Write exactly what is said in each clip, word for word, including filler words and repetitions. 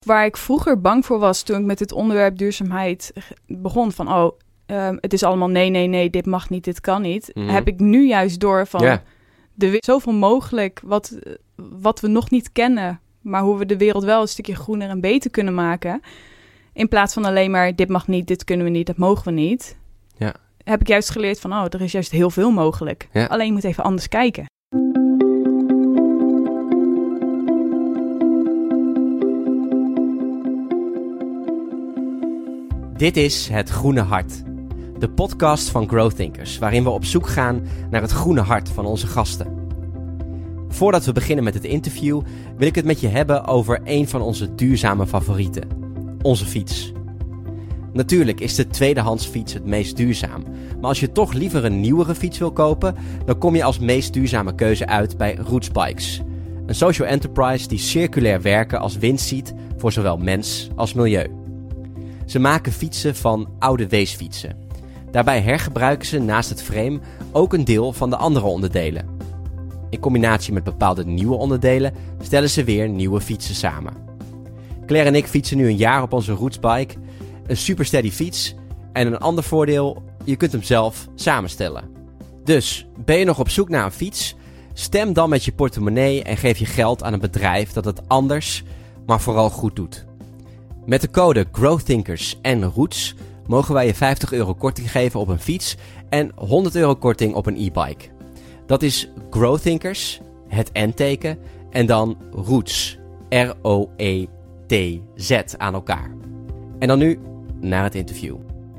Waar ik vroeger bang voor was toen ik met het onderwerp duurzaamheid begon. Van, oh, um, het is allemaal nee, nee, nee, dit mag niet, dit kan niet. Mm-hmm. Heb ik nu juist door van, yeah. er is zoveel mogelijk wat, wat we nog niet kennen. Maar hoe we de wereld wel een stukje groener en beter kunnen maken. In plaats van alleen maar, dit mag niet, dit kunnen we niet, dat mogen we niet. Ja. Heb ik juist geleerd van, oh, er is juist heel veel mogelijk. Ja. Alleen je moet even anders kijken. Dit is Het Groene Hart, de podcast van Growthinkers, waarin we op zoek gaan naar het groene hart van onze gasten. Voordat we beginnen met het interview, wil ik het met je hebben over een van onze duurzame favorieten, onze fiets. Natuurlijk is de tweedehands fiets het meest duurzaam, maar als je toch liever een nieuwere fiets wil kopen, dan kom je als meest duurzame keuze uit bij Roots Bikes. Een social enterprise die circulair werken als winst ziet voor zowel mens als milieu. Ze maken fietsen van oude weesfietsen. Daarbij hergebruiken ze naast het frame ook een deel van de andere onderdelen. In combinatie met bepaalde nieuwe onderdelen stellen ze weer nieuwe fietsen samen. Claire en ik fietsen nu een jaar op onze Roots Bike. Een super steady fiets. En een ander voordeel, je kunt hem zelf samenstellen. Dus, ben je nog op zoek naar een fiets? Stem dan met je portemonnee en geef je geld aan een bedrijf dat het anders, maar vooral goed doet. Met de code Growthinkers en Roots mogen wij je vijftig euro korting geven op een fiets en honderd euro korting op een e-bike. Dat is Growthinkers, het N-teken, en dan Roots, R O E T Z aan elkaar. En dan nu naar het interview.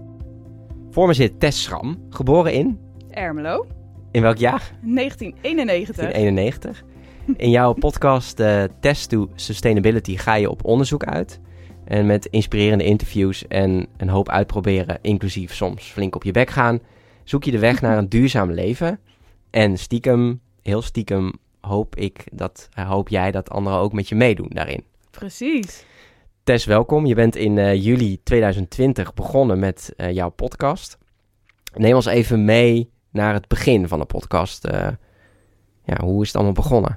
Voor me zit Tess Schram, geboren in? Ermelo. In welk jaar? negentien eenennegentig. negentien eenennegentig. In jouw podcast uh, Test to Sustainability ga je op onderzoek uit. En met inspirerende interviews en een hoop uitproberen, inclusief soms flink op je bek gaan, zoek je de weg naar een duurzaam leven. En stiekem, heel stiekem, hoop ik dat, hoop jij dat anderen ook met je meedoen daarin. Precies. Tess, welkom. Je bent in uh, juli tweeduizend twintig begonnen met uh, jouw podcast. Neem ons even mee naar het begin van de podcast. Uh, ja, hoe is het allemaal begonnen?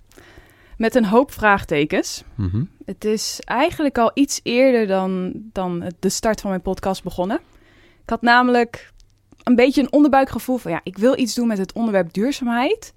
Met een hoop vraagtekens. Mm-hmm. Het is eigenlijk al iets eerder dan, dan de start van mijn podcast begonnen. Ik had namelijk een beetje een onderbuikgevoel van, ja, ik wil iets doen met het onderwerp duurzaamheid.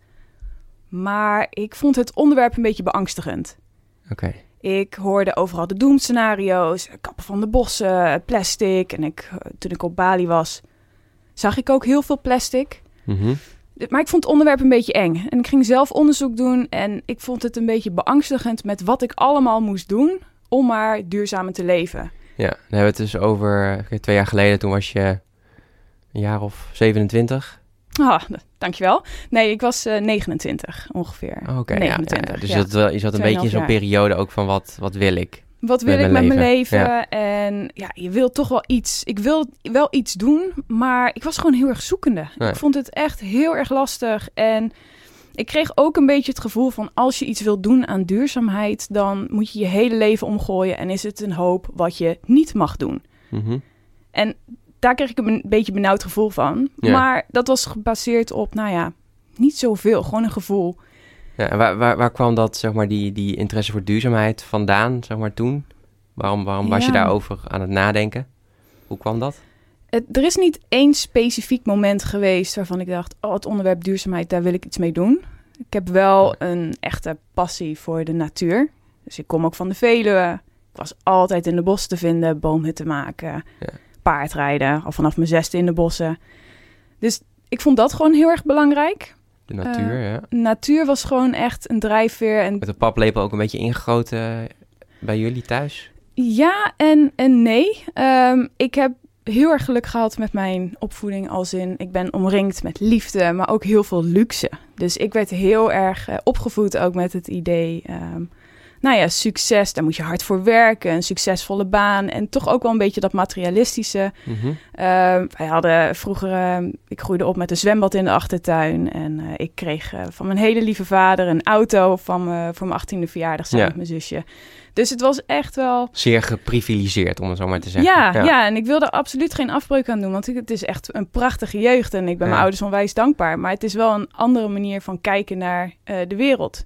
Maar ik vond het onderwerp een beetje beangstigend. Oké. Okay. Ik hoorde overal de doemscenario's, kappen van de bossen, plastic. En ik, toen ik op Bali was, zag ik ook heel veel plastic. Mm-hmm. Maar ik vond het onderwerp een beetje eng. En ik ging zelf onderzoek doen en ik vond het een beetje beangstigend met wat ik allemaal moest doen om maar duurzamer te leven. Ja, dan hebben we het dus over twee jaar geleden. Toen was je een jaar of zevenentwintig. Ah, dankjewel. Nee, ik was uh, negenentwintig ongeveer. Oké, okay, negenentwintig. Ja, ja. Dus ja. je zat, wel, je zat een beetje in zo'n jaar. periode ook van wat, wat wil ik? Wat wil met ik mijn met leven. mijn leven? Ja. En ja, je wil toch wel iets. Ik wil wel iets doen, maar ik was gewoon heel erg zoekende. Nee. Ik vond het echt heel erg lastig. En ik kreeg ook een beetje het gevoel van, als je iets wilt doen aan duurzaamheid, dan moet je je hele leven omgooien en is het een hoop wat je niet mag doen. Mm-hmm. En daar kreeg ik een beetje benauwd gevoel van. Ja. Maar dat was gebaseerd op, nou ja, niet zoveel. Gewoon een gevoel. Ja, en waar, waar, waar kwam dat, zeg maar, die, die interesse voor duurzaamheid vandaan, zeg maar, toen? Waarom, waarom was ja. je daarover aan het nadenken? Hoe kwam dat? Het, er is niet één specifiek moment geweest waarvan ik dacht, oh, het onderwerp duurzaamheid, daar wil ik iets mee doen. Ik heb wel een echte passie voor de natuur. Dus ik kom ook van de Veluwe. Ik was altijd in de bos te vinden, boomhutten maken, ja. paardrijden, al vanaf mijn zesde in de bossen. Dus ik vond dat gewoon heel erg belangrijk. De natuur, uh, ja. Natuur was gewoon echt een drijfveer. En met de paplepel ook een beetje ingegoten bij jullie thuis? Ja en, en nee. Um, ik heb heel erg geluk gehad met mijn opvoeding als in, ik ben omringd met liefde, maar ook heel veel luxe. Dus ik werd heel erg uh, opgevoed ook met het idee, um, nou ja, succes, daar moet je hard voor werken, een succesvolle baan en toch ook wel een beetje dat materialistische. Mm-hmm. Uh, wij hadden vroeger, uh, ik groeide op met een zwembad in de achtertuin en uh, ik kreeg uh, van mijn hele lieve vader een auto van uh, voor mijn achttiende verjaardag samen ja. met mijn zusje. Dus het was echt wel... Zeer geprivilegeerd, om het zo maar te zeggen. Ja, ja. ja, en ik wil er absoluut geen afbreuk aan doen, want het is echt een prachtige jeugd en ik ben ja. mijn ouders onwijs dankbaar. Maar het is wel een andere manier van kijken naar uh, de wereld.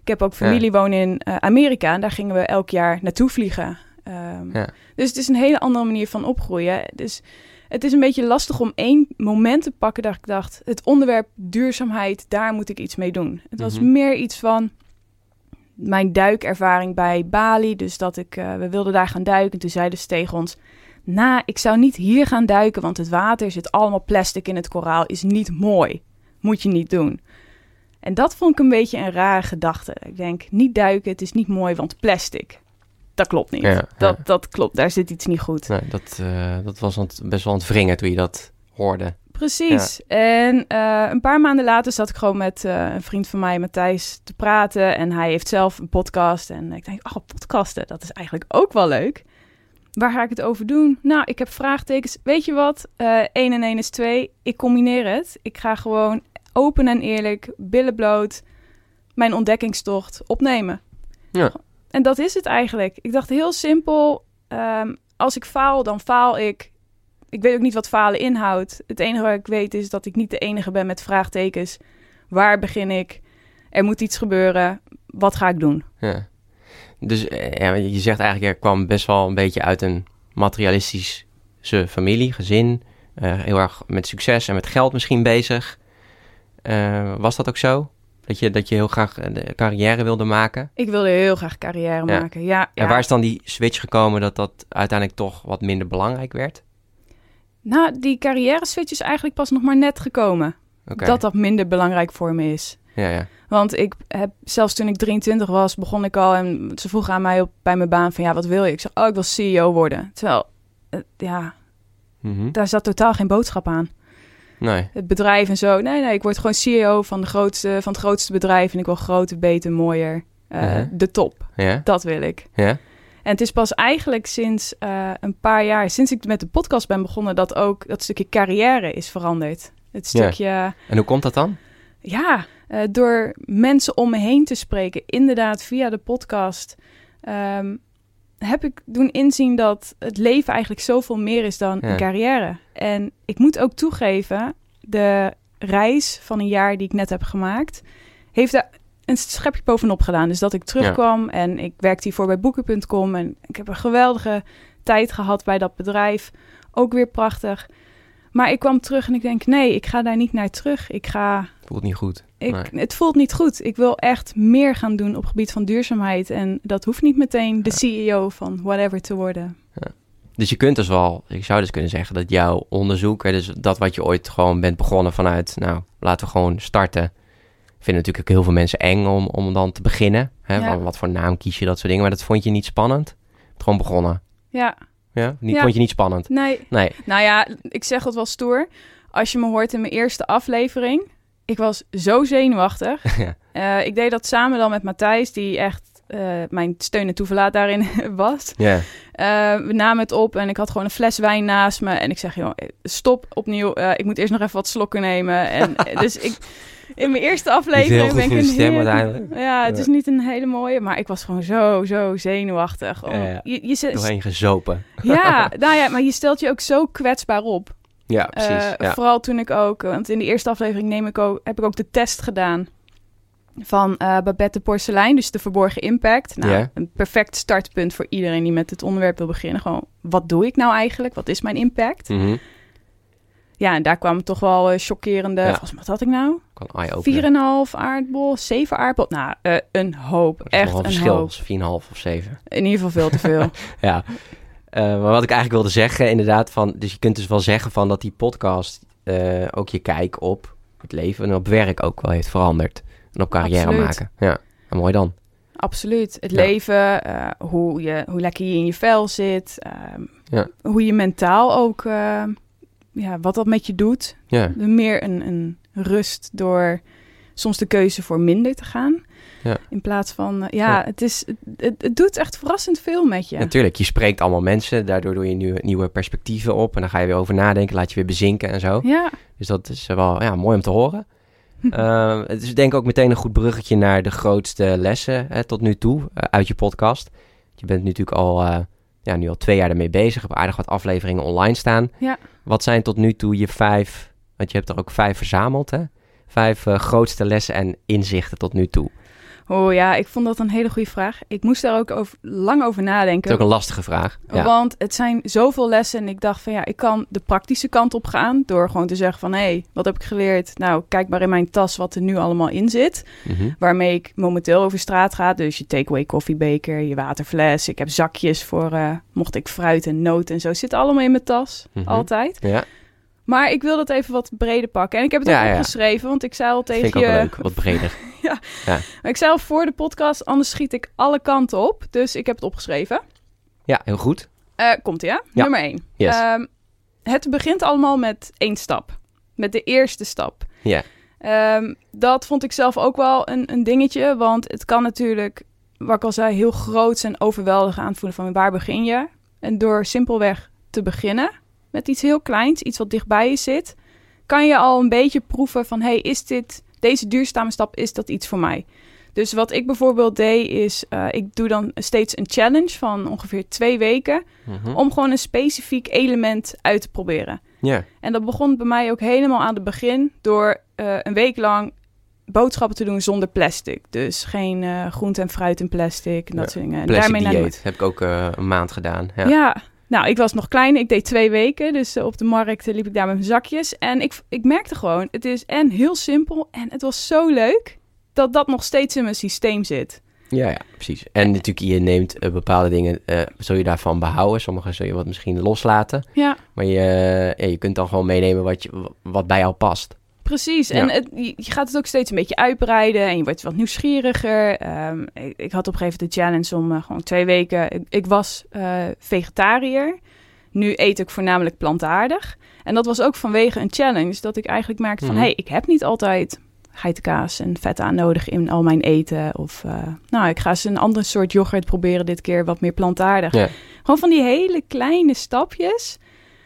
Ik heb ook familie ja. wonen in uh, Amerika en daar gingen we elk jaar naartoe vliegen. Um, ja. Dus het is een hele andere manier van opgroeien. Dus het is een beetje lastig om één moment te pakken dat ik dacht, het onderwerp duurzaamheid, daar moet ik iets mee doen. Het was mm-hmm. meer iets van mijn duikervaring bij Bali. Dus dat ik, uh, we wilden daar gaan duiken. En toen zeiden ze tegen ons, nou, ik zou niet hier gaan duiken, want het water zit allemaal plastic in het koraal, is niet mooi. Moet je niet doen. En dat vond ik een beetje een rare gedachte. Ik denk, niet duiken, het is niet mooi, want plastic. Dat klopt niet. Ja, dat, ja. dat klopt, daar zit iets niet goed. Nee, dat, uh, dat was ont, best wel ontvringen toen je dat hoorde. Precies. Ja. En uh, een paar maanden later zat ik gewoon met uh, een vriend van mij, Matthijs, te praten. En hij heeft zelf een podcast. En ik denk, oh, podcasten, dat is eigenlijk ook wel leuk. Waar ga ik het over doen? Nou, ik heb vraagtekens. Weet je wat? Uh, één en één is twee. Ik combineer het. Ik ga gewoon open en eerlijk, billen bloot, mijn ontdekkingstocht opnemen. Ja. En dat is het eigenlijk. Ik dacht heel simpel, um, als ik faal, dan faal ik. Ik weet ook niet wat falen inhoudt. Het enige wat ik weet is dat ik niet de enige ben met vraagtekens. Waar begin ik? Er moet iets gebeuren. Wat ga ik doen? Ja. Dus ja, je zegt eigenlijk, er kwam best wel een beetje uit een materialistische familie, gezin. Uh, heel erg met succes en met geld misschien bezig. Uh, was dat ook zo? Dat je, dat je heel graag de carrière wilde maken? Ik wilde heel graag carrière ja. maken, ja, En ja. waar is dan die switch gekomen dat dat uiteindelijk toch wat minder belangrijk werd? Nou, die carrière switch is eigenlijk pas nog maar net gekomen. Okay. Dat dat minder belangrijk voor me is. Ja, ja. Want ik heb, zelfs toen ik drieëntwintig was, begon ik al en ze vroegen aan mij op, bij mijn baan van ja, wat wil je? Ik zei, oh, ik wil C E O worden. Terwijl, uh, ja, mm-hmm. daar zat totaal geen boodschap aan. Nee. Het bedrijf en zo. Nee, nee, ik word gewoon C E O van, de grootste, van het grootste bedrijf en ik wil groter, beter, mooier. Uh, uh-huh. De top. Ja. Dat wil ik. Ja. En het is pas eigenlijk sinds uh, een paar jaar, sinds ik met de podcast ben begonnen, dat ook dat stukje carrière is veranderd. Het stukje... Ja. En hoe komt dat dan? Ja, uh, door mensen om me heen te spreken. Inderdaad, via de podcast um, heb ik doen inzien dat het leven eigenlijk zoveel meer is dan ja. een carrière. En ik moet ook toegeven, de reis van een jaar die ik net heb gemaakt, heeft daar een schepje bovenop gedaan. Dus dat ik terugkwam ja. en ik werkte hiervoor bij Boeken punt com en ik heb een geweldige tijd gehad bij dat bedrijf. Ook weer prachtig. Maar ik kwam terug en ik denk, nee, ik ga daar niet naar terug. Ik ga... Voelt niet goed. Ik, nee. Het voelt niet goed. Ik wil echt meer gaan doen op het gebied van duurzaamheid. En dat hoeft niet meteen de ja. C E O van whatever te worden. Ja. Dus je kunt dus wel, ik zou dus kunnen zeggen dat jouw onderzoek, hè, dus dat wat je ooit gewoon bent begonnen vanuit, nou, laten we gewoon starten. Vinden natuurlijk ook heel veel mensen eng om, om dan te beginnen. Hè? Ja. Wat voor naam kies je, dat soort dingen. Maar dat vond je niet spannend? Het gewoon begonnen. Ja. Ja? Niet, ja. Vond je niet spannend? Nee. nee. Nou ja, ik zeg het wel stoer. Als je me hoort in mijn eerste aflevering, ik was zo zenuwachtig. ja. uh, ik deed dat samen dan met Matthijs, die echt uh, mijn steun en toeverlaat daarin was. Ja. Uh, we namen het op en ik had gewoon een fles wijn naast me. En ik zeg, joh, stop opnieuw. Uh, ik moet eerst nog even wat slokken nemen. En dus ik... In mijn eerste aflevering ben ik een stem heel... uiteindelijk. Ja, het ja. is niet een hele mooie, maar ik was gewoon zo, zo zenuwachtig. Om... Ja, ja. Je, je zet... Doorheen gezopen. Ja, nou ja, maar je stelt je ook zo kwetsbaar op. Ja, precies. Uh, ja. Vooral toen ik ook, want in de eerste aflevering neem ik ook, heb ik ook de test gedaan van uh, Babette de Porcelein, dus de verborgen impact. Nou, ja. Een perfect startpunt voor iedereen die met het onderwerp wil beginnen. Gewoon, wat doe ik nou eigenlijk? Wat is mijn impact? Mm-hmm. Ja, en daar kwamen toch wel uh, chockerende... Ja. Volgens mij, wat had ik nou? vier komma vijf aardbol, zeven aardbol. Nou, uh, een hoop. Dat is echt een verschil, hoop. vier komma vijf of zeven. In ieder geval veel te veel. ja. Uh, maar wat ik eigenlijk wilde zeggen, inderdaad, van... Dus je kunt dus wel zeggen van dat die podcast uh, ook je kijk op het leven en op werk ook wel heeft veranderd. En op carrière Absoluut. maken. Ja, en mooi dan. Absoluut. Het ja. leven, uh, hoe, je, hoe lekker je in je vel zit. Uh, ja. Hoe je mentaal ook... Uh, ja, wat dat met je doet. Ja. Meer een, een rust door soms de keuze voor minder te gaan. Ja. In plaats van, uh, ja, ja, het is, het, het doet echt verrassend veel met je. Natuurlijk, je spreekt allemaal mensen, daardoor doe je nieuwe, nieuwe perspectieven op en dan ga je weer over nadenken, laat je weer bezinken en zo. Ja. Dus dat is wel ja, mooi om te horen. uh, het is denk ik ook meteen een goed bruggetje naar de grootste lessen hè, tot nu toe uh, uit je podcast. Je bent nu natuurlijk al, uh, ja, nu al twee jaar ermee bezig, heb aardig wat afleveringen online staan. Ja. Wat zijn tot nu toe je vijf, want je hebt er ook vijf verzameld, hè? Vijf uh, grootste lessen en inzichten tot nu toe. Oh ja, ik vond dat een hele goede vraag. Ik moest daar ook over, lang over nadenken. Het is ook een lastige vraag. Ja. Want het zijn zoveel lessen en ik dacht van ja, ik kan de praktische kant op gaan door gewoon te zeggen van hé, hey, wat heb ik geleerd? Nou, kijk maar in mijn tas wat er nu allemaal in zit. Mm-hmm. Waarmee ik momenteel over straat ga. Dus je takeaway koffiebeker, je waterfles. Ik heb zakjes voor, uh, mocht ik fruit en noten en zo. Zit allemaal in mijn tas, mm-hmm. altijd. Ja. Maar ik wil dat even wat breder pakken. En ik heb het ja, ook ja. opgeschreven, want ik zei al tegen je... Vind ik ook leuk, wat breder. ja. ja, maar ik zei al voor de podcast, anders schiet ik alle kanten op. Dus ik heb het opgeschreven. Ja, heel goed. Uh, Komt-ie, hè? Ja. Nummer één. Yes. Um, het begint allemaal met één stap. Met de eerste stap. Ja. Um, dat vond ik zelf ook wel een, een dingetje. Want het kan natuurlijk, wat ik al zei, heel groot en overweldigend aanvoelen van waar begin je. En door simpelweg te beginnen met iets heel kleins, iets wat dichtbij je zit, kan je al een beetje proeven van, hey, is dit, deze duurzame stap, is dat iets voor mij? Dus wat ik bijvoorbeeld deed is, uh, ik doe dan steeds een challenge van ongeveer twee weken, mm-hmm. om gewoon een specifiek element uit te proberen. Yeah. En dat begon bij mij ook helemaal aan het begin door uh, een week lang boodschappen te doen zonder plastic. Dus geen uh, groente en fruit in plastic en dat ja, soort dingen. Plastic daarmee dieet, heb ik ook uh, een maand gedaan. Ja. ja. Nou, ik was nog klein. Ik deed twee weken. Dus uh, op de markt uh, liep ik daar met mijn zakjes. En ik, ik merkte gewoon, het is en heel simpel en het was zo leuk dat dat nog steeds in mijn systeem zit. Ja, ja, precies. En natuurlijk, je neemt uh, bepaalde dingen, uh, zul je daarvan behouden. Sommige zul je wat misschien loslaten. Ja. Maar je, uh, ja, je kunt dan gewoon meenemen wat, je, wat bij jou past. Precies. Ja. En het, je gaat het ook steeds een beetje uitbreiden en je wordt wat nieuwsgieriger. Um, ik, ik had op een gegeven moment de challenge om uh, gewoon twee weken... Ik, ik was uh, vegetariër. Nu eet ik voornamelijk plantaardig. En dat was ook vanwege een challenge dat ik eigenlijk merkte van... hé, mm-hmm. hey, ik heb niet altijd geitenkaas en vet aan nodig in al mijn eten. Of uh, nou, ik ga eens een ander soort yoghurt proberen dit keer, wat meer plantaardig. Ja. Gewoon van die hele kleine stapjes...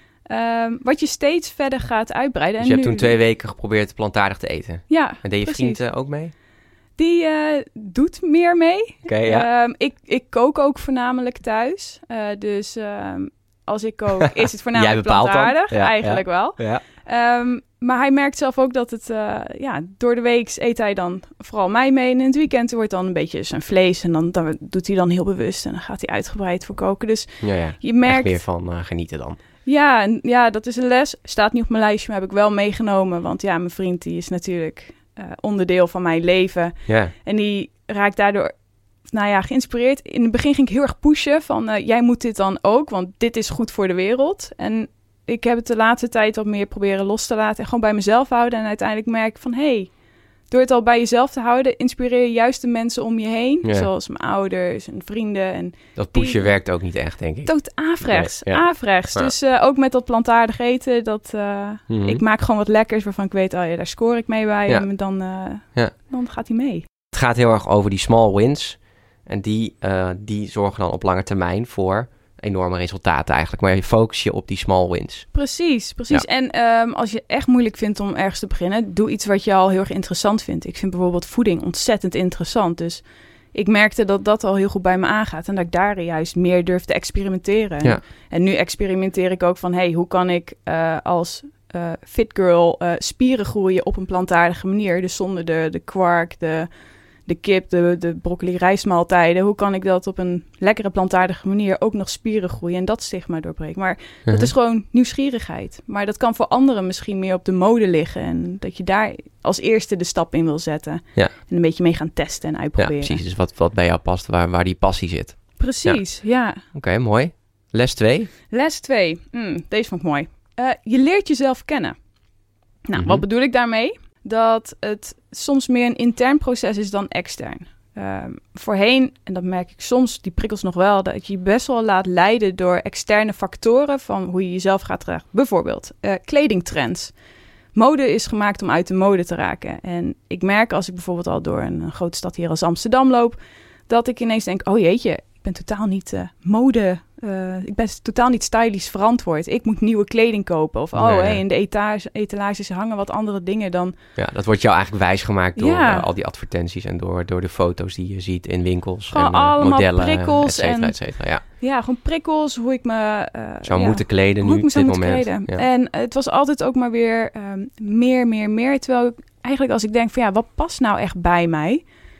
Um, wat je steeds verder gaat uitbreiden. Dus en je hebt nu... toen twee weken geprobeerd plantaardig te eten? Ja, en deed je precies. vriend uh, ook mee? Die uh, doet meer mee. Okay, ja. um, ik, ik kook ook voornamelijk thuis. Uh, dus um, als ik kook, is het voornamelijk plantaardig. Ja, eigenlijk ja. wel. Ja. Um, maar hij merkt zelf ook dat het... Uh, ja, door de week eet hij dan vooral mij mee. En in het weekend wordt dan een beetje zijn vlees. En dan, dan doet hij dan heel bewust. En dan gaat hij uitgebreid voor koken. Dus ja, ja. je merkt... Echt meer van uh, genieten dan. Ja, en, ja, dat is een les. Staat niet op mijn lijstje, maar heb ik wel meegenomen. Want ja, mijn vriend die is natuurlijk uh, onderdeel van mijn leven. Yeah. En die raakt daardoor, nou ja, geïnspireerd. In het begin ging ik heel erg pushen van... Uh, jij moet dit dan ook, want dit is goed voor de wereld. En ik heb het de laatste tijd wat meer proberen los te laten... en gewoon bij mezelf houden. En uiteindelijk merk ik van... hey, door het al bij jezelf te houden... inspireer je juist de mensen om je heen. Yeah. Zoals mijn ouders en vrienden. En dat pushen die... werkt ook niet echt, denk ik. Tot averechts, nee, ja. averechts. Ja. Dus uh, ook met dat plantaardig eten... dat uh, mm-hmm. ik maak gewoon wat lekkers waarvan ik weet... oh ja, daar scoor ik mee bij. Ja. En dan, uh, ja. dan gaat hij mee. Het gaat heel erg over die small wins. En die, uh, die zorgen dan op lange termijn voor... enorme resultaten eigenlijk, maar je focus je op die small wins. Precies, precies. Ja. En um, als je echt moeilijk vindt om ergens te beginnen, doe iets wat je al heel erg interessant vindt. Ik vind bijvoorbeeld voeding ontzettend interessant, dus ik merkte dat dat al heel goed bij me aangaat en dat ik daar juist meer durf te experimenteren. Ja. En nu experimenteer ik ook van, hey, hoe kan ik uh, als uh, fit girl uh, spieren groeien op een plantaardige manier, dus zonder de, de kwark, de de kip, de, de broccoli-rijstmaaltijden. Hoe kan ik dat op een lekkere plantaardige manier ook nog spieren groeien en dat stigma doorbreken? Maar uh-huh. dat is gewoon nieuwsgierigheid. Maar dat kan voor anderen misschien meer op de mode liggen en dat je daar als eerste de stap in wil zetten. Ja. En een beetje mee gaan testen en uitproberen. Ja, precies. Dus wat, wat bij jou past, waar, waar die passie zit. Precies, ja. ja. Oké, okay, mooi. Les twee? Les twee. Mm, deze vond ik mooi. Uh, je leert jezelf kennen. Nou, mm-hmm. wat bedoel ik daarmee? Dat het soms meer een intern proces is dan extern. Uh, voorheen, en dat merk ik soms, die prikkels nog wel... dat je je best wel laat leiden door externe factoren... van hoe je jezelf gaat dragen. Bijvoorbeeld uh, kledingtrends. Mode is gemaakt om uit de mode te raken. En ik merk als ik bijvoorbeeld al door een, een grote stad hier als Amsterdam loop... dat ik ineens denk, oh jeetje, ik ben totaal niet uh, mode... Uh, ik ben totaal niet stylisch verantwoord. Ik moet nieuwe kleding kopen. Of, oh, nee. hey, in de etage, etalages hangen wat andere dingen dan... Ja, dat wordt jou eigenlijk wijsgemaakt door ja. uh, al die advertenties... en door, door de foto's die je ziet in winkels. Gewoon en uh, allemaal modellen, prikkels. et cetera, en, et cetera, ja. ja, gewoon prikkels, hoe ik me... Uh, zou ja, moeten kleden hoe nu, ik me op dit zou moment. Kleden. Ja. En het was altijd ook maar weer um, meer, meer, meer. Terwijl ik, eigenlijk als ik denk van ja, wat past nou echt bij mij...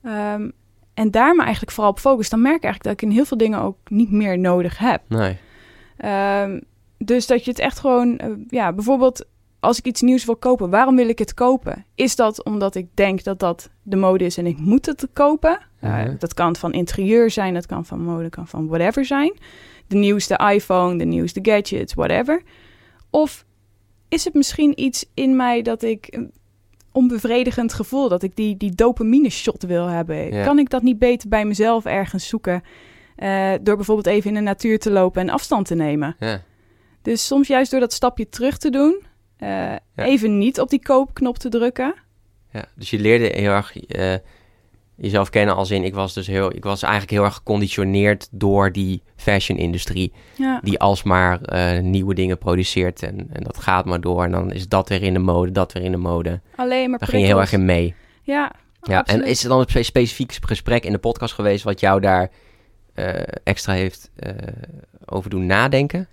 Um, en daar me eigenlijk vooral op focus, dan merk ik eigenlijk dat ik in heel veel dingen ook niet meer nodig heb. Nee. Um, dus dat je het echt gewoon, uh, ja, bijvoorbeeld als ik iets nieuws wil kopen, waarom wil ik het kopen? Is dat omdat ik denk dat dat de mode is en ik moet het kopen? Uh, uh-huh. Dat kan van interieur zijn, dat kan van mode, kan van whatever zijn. De nieuwste iPhone, de nieuwste gadgets, whatever. Of is het misschien iets in mij dat ik een onbevredigend gevoel, dat ik die, die dopamine shot wil hebben? Ja. Kan ik dat niet beter bij mezelf ergens zoeken? Uh, door bijvoorbeeld even in de natuur te lopen en afstand te nemen. Ja. Dus soms juist door dat stapje terug te doen, uh, ja. even niet op die koopknop te drukken. Ja, dus je leerde heel erg uh, jezelf kennen als in, ik was dus heel, ik was eigenlijk heel erg geconditioneerd door die fashion-industrie. Ja. Die alsmaar uh, nieuwe dingen produceert en, en dat gaat maar door. En dan is dat weer in de mode, dat weer in de mode. Alleen maar Daar ging je heel erg in mee. Ja, ja. En is er dan een specifiek gesprek in de podcast geweest wat jou daar uh, extra heeft uh, over doen nadenken?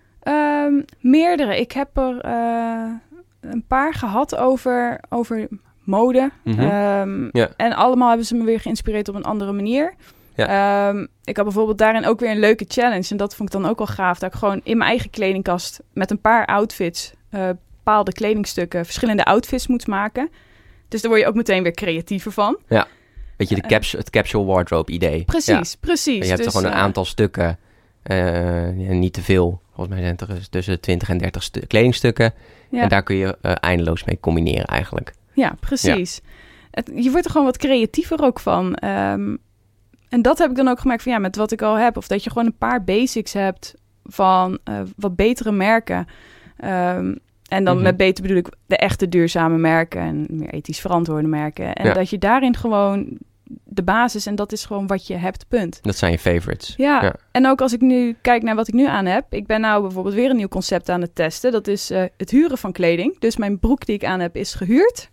Um, meerdere. Ik heb er uh, een paar gehad over, over mode. Mm-hmm. Um, ja. En allemaal hebben ze me weer geïnspireerd op een andere manier. Ja. Um, ik had bijvoorbeeld daarin ook weer een leuke challenge. En dat vond ik dan ook wel gaaf. Dat ik gewoon in mijn eigen kledingkast met een paar outfits, uh, bepaalde kledingstukken, verschillende outfits moet maken. Dus daar word je ook meteen weer creatiever van. Ja, beetje de caps- het capsule wardrobe idee. Precies, ja. precies. En je hebt dus, er gewoon een uh, aantal stukken. Uh, niet te veel. Volgens mij zijn het er tussen twintig en dertig stu- kledingstukken. Ja. En daar kun je uh, eindeloos mee combineren eigenlijk. Ja, precies. Ja. Het, je wordt er gewoon wat creatiever ook van. Um, en dat heb ik dan ook gemerkt van ja, met wat ik al heb. Of dat je gewoon een paar basics hebt van uh, wat betere merken. Um, en dan mm-hmm. met beter bedoel ik de echte duurzame merken en meer ethisch verantwoorde merken. En ja. dat je daarin gewoon de basis, en dat is gewoon wat je hebt, punt. Dat zijn je favorites. Ja, ja. En ook als ik nu kijk naar wat ik nu aan heb. Ik ben nou bijvoorbeeld weer een nieuw concept aan het testen. Dat is uh, het huren van kleding. Dus mijn broek die ik aan heb is gehuurd.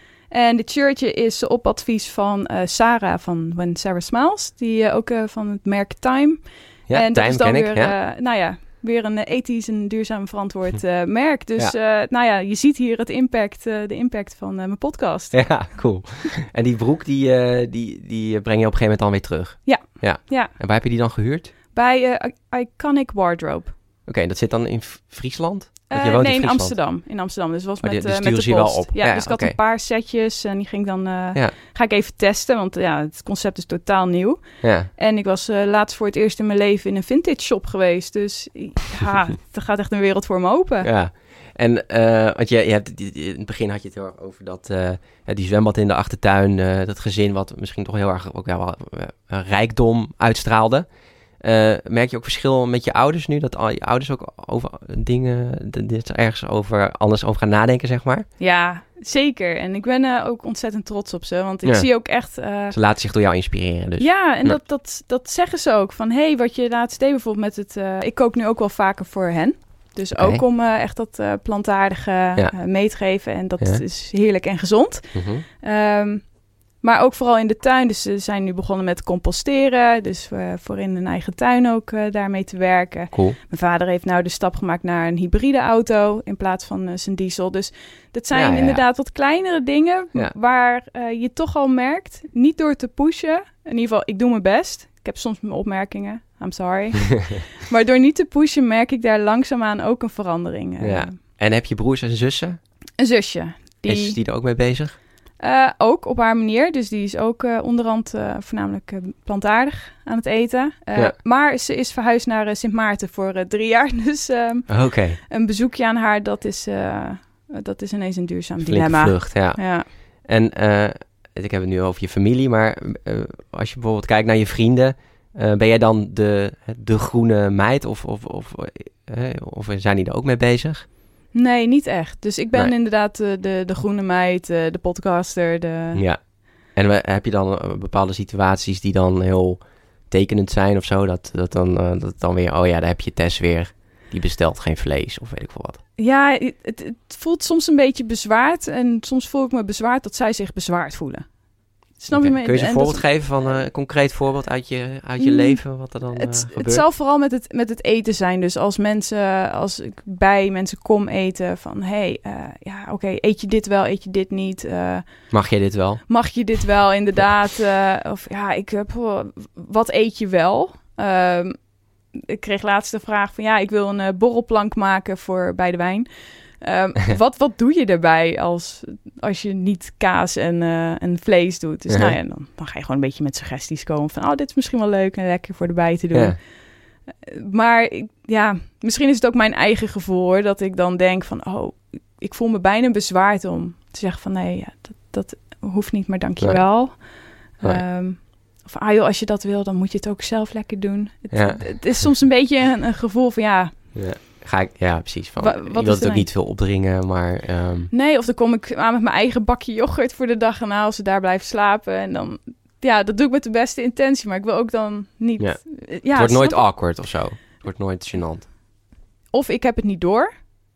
En dit shirtje is op advies van uh, Sarah van When Sarah Smiles. Die uh, ook uh, van het merk Time. Ja, en Time dat is dan ken weer, ik, ja. Uh, nou ja, weer een ethisch en duurzaam verantwoord uh, merk. Dus ja. Uh, nou ja, je ziet hier het impact, uh, de impact van uh, mijn podcast. Ja, cool. En die broek, die, uh, die, die breng je op een gegeven moment dan weer terug? Ja. ja. ja. En waar heb je die dan gehuurd? Bij uh, Iconic Wardrobe. Oké, okay, dat zit dan in Friesland? Uh, nee, in, in Amsterdam. In Amsterdam. Dus was oh, met, die, uh, die met de ze post. Wel op. Ja, ja, dus ik okay. had een paar setjes en die ging dan... Uh, ja. Ga ik even testen, want ja, het concept is totaal nieuw. Ja. En ik was uh, laatst voor het eerst in mijn leven in een vintage shop geweest. Dus ja, er gaat echt een wereld voor me open. Ja. En uh, want je, je hebt, in het begin had je het heel erg over dat uh, die zwembad in de achtertuin, uh, dat gezin wat misschien toch heel erg ook wel uh, rijkdom uitstraalde. Uh, merk je ook verschil met je ouders nu? Dat al je ouders ook over dingen, dit ergens over anders over gaan nadenken, zeg maar? Ja, zeker. En ik ben uh, ook ontzettend trots op ze. Want ik ja. zie ook echt... Uh... Ze laten zich door jou inspireren. Dus. Ja, en ja. Dat, dat, dat zeggen ze ook. Van, hé, hey, wat je laatst deed bijvoorbeeld met het... Uh, ik kook nu ook wel vaker voor hen. Dus okay. ook om uh, echt dat uh, plantaardige ja. uh, mee te geven. En dat ja. is heerlijk en gezond. Mm-hmm. Um, Maar ook vooral in de tuin. Dus ze zijn nu begonnen met composteren. Dus uh, voor in hun eigen tuin ook uh, daarmee te werken. Cool. Mijn vader heeft nou de stap gemaakt naar een hybride auto in plaats van uh, zijn diesel. Dus dat zijn ja, ja, inderdaad ja. wat kleinere dingen ja. waar uh, je toch al merkt. Niet door te pushen. In ieder geval, ik doe mijn best. Ik heb soms mijn opmerkingen. I'm sorry. Maar door niet te pushen merk ik daar langzaamaan ook een verandering. Uh, ja. En heb je broers en zussen? Een zusje. Die... Is die er ook mee bezig? Uh, ook op haar manier. Dus die is ook uh, onderhand uh, voornamelijk uh, plantaardig aan het eten. Uh, ja. Maar ze is verhuisd naar uh, Sint Maarten voor uh, drie jaar. Dus um, okay. een bezoekje aan haar, dat is, uh, dat is ineens een duurzaam Flinke dilemma. Vlucht, ja. ja. En uh, ik heb het nu over je familie, maar uh, als je bijvoorbeeld kijkt naar je vrienden, uh, ben jij dan de, de groene meid of, of, of, uh, of zijn die er ook mee bezig? Nee, niet echt. Dus ik ben nee. inderdaad de, de, de groene meid, de, de podcaster. De... Ja. En heb je dan uh, bepaalde situaties die dan heel tekenend zijn of zo? Dat, dat, dan, uh, dat dan weer, oh ja, daar heb je Tess weer. Die bestelt geen vlees of weet ik veel wat. Ja, het, het voelt soms een beetje bezwaard. En soms voel ik me bezwaard dat zij zich bezwaard voelen. Snap okay. je me? Kun je eens een en voorbeeld dat... geven van uh, een concreet voorbeeld uit je, uit je mm, leven, wat er dan het, uh, gebeurt? Het zal vooral met het, met het eten zijn. Dus als mensen, als ik bij mensen kom eten van, hé, hey, uh, ja, oké, okay, eet je dit wel, eet je dit niet? Uh, mag je dit wel? Mag je dit wel, inderdaad? Uh, of ja, ik heb, uh, wat eet je wel? Uh, ik kreeg laatst de vraag van, ja, ik wil een uh, borrelplank maken voor bij de wijn. Um, wat, wat doe je erbij als, als je niet kaas en, uh, en vlees doet? Dus uh-huh. nou ja, dan, dan ga je gewoon een beetje met suggesties komen van... oh, dit is misschien wel leuk en lekker voor erbij te doen. Yeah. Uh, maar ja, misschien is het ook mijn eigen gevoel, hoor. Dat ik dan denk van, oh, ik voel me bijna bezwaard om te zeggen van... nee, ja, dat, dat hoeft niet, maar dank je wel. Nee. Nee. Um, of ah joh, als je dat wil, dan moet je het ook zelf lekker doen. Het, ja. het, het is soms een beetje een, een gevoel van ja... ja. Ga ik, ja, precies. Van, Wa, je wilt het ook niet veel opdringen, maar... Um... Nee, of dan kom ik aan met mijn eigen bakje yoghurt voor de dag erna... als ze daar blijven slapen. En dan... Ja, dat doe ik met de beste intentie, maar ik wil ook dan niet... Ja. Ja, het wordt nooit ik... awkward of zo. Het wordt nooit gênant. Of ik heb het niet door.